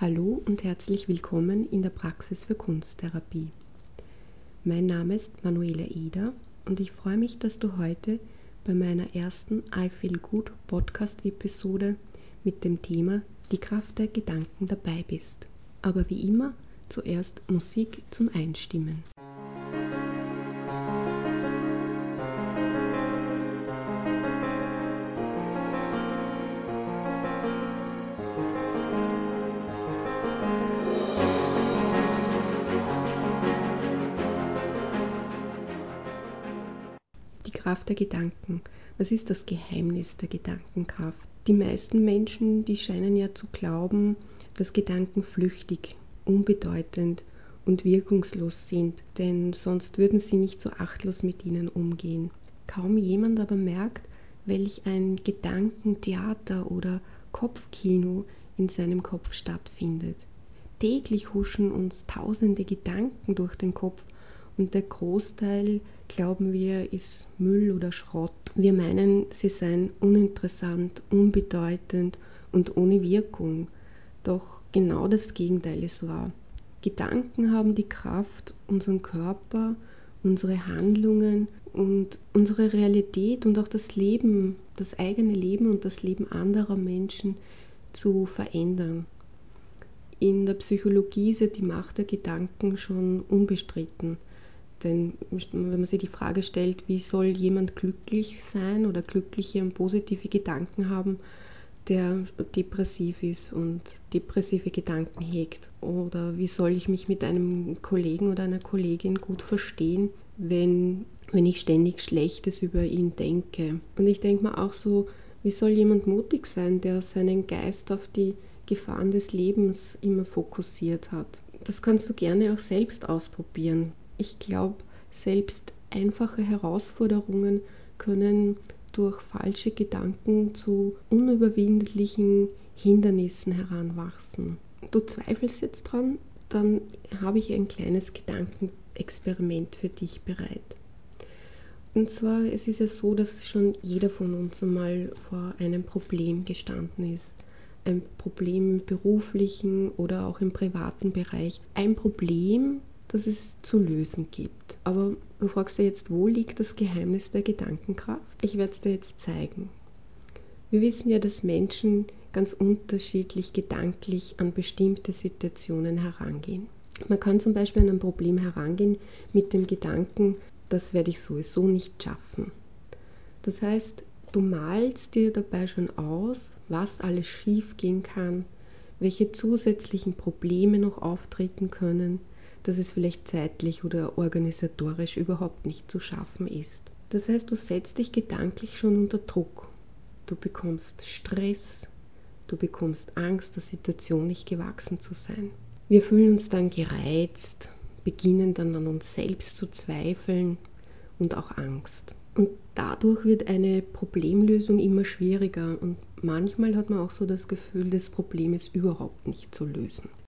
Hallo und herzlich willkommen in der Praxis für Kunsttherapie. Mein Name ist Manuela Eder und ich freue mich, dass du heute bei meiner ersten I Feel Good Podcast-Episode mit dem Thema Die Kraft der Gedanken dabei bist. Aber wie immer, zuerst Musik zum Einstimmen. Die Kraft der Gedanken. Was ist das Geheimnis der Gedankenkraft? Die meisten Menschen, die scheinen ja zu glauben, dass Gedanken flüchtig, unbedeutend und wirkungslos sind, denn sonst würden sie nicht so achtlos mit ihnen umgehen. Kaum jemand aber merkt, welch ein Gedankentheater oder Kopfkino in seinem Kopf stattfindet. Täglich huschen uns tausende Gedanken durch den Kopf und der Großteil, glauben wir, ist Müll oder Schrott. Wir meinen, sie seien uninteressant, unbedeutend und ohne Wirkung. Doch genau das Gegenteil ist wahr. Gedanken haben die Kraft, unseren Körper, unsere Handlungen und unsere Realität und auch das Leben, das eigene Leben und das Leben anderer Menschen zu verändern. In der Psychologie ist ja die Macht der Gedanken schon unbestritten. Denn wenn man sich die Frage stellt, wie soll jemand glücklich sein oder glückliche und positive Gedanken haben, der depressiv ist und depressive Gedanken hegt? Oder wie soll ich mich mit einem Kollegen oder einer Kollegin gut verstehen, wenn ich ständig Schlechtes über ihn denke? Und ich denke mir auch so, wie soll jemand mutig sein, der seinen Geist auf die Gefahren des Lebens immer fokussiert hat? Das kannst du gerne auch selbst ausprobieren. Ich glaube, selbst einfache Herausforderungen können durch falsche Gedanken zu unüberwindlichen Hindernissen heranwachsen. Du zweifelst jetzt dran, dann habe ich ein kleines Gedankenexperiment für dich bereit. Und zwar, es ist ja so, dass schon jeder von uns einmal vor einem Problem gestanden ist. Ein Problem im beruflichen oder auch im privaten Bereich. Ein Problem, das es zu lösen gibt. Aber du fragst dir jetzt, wo liegt das Geheimnis der Gedankenkraft? Ich werde es dir jetzt zeigen. Wir wissen ja, dass Menschen ganz unterschiedlich gedanklich an bestimmte Situationen herangehen. Man kann zum Beispiel an ein Problem herangehen mit dem Gedanken, das werde ich sowieso nicht schaffen. Das heißt, du malst dir dabei schon aus, was alles schief gehen kann, welche zusätzlichen Probleme noch auftreten können, dass es vielleicht zeitlich oder organisatorisch überhaupt nicht zu schaffen ist. Das heißt, du setzt dich gedanklich schon unter Druck. Du bekommst Stress, du bekommst Angst, der Situation nicht gewachsen zu sein. Wir fühlen uns dann gereizt, beginnen dann an uns selbst zu zweifeln und auch Angst. Und dadurch wird eine Problemlösung immer schwieriger und manchmal hat man auch so das Gefühl, das Problem ist überhaupt nicht zu lösen.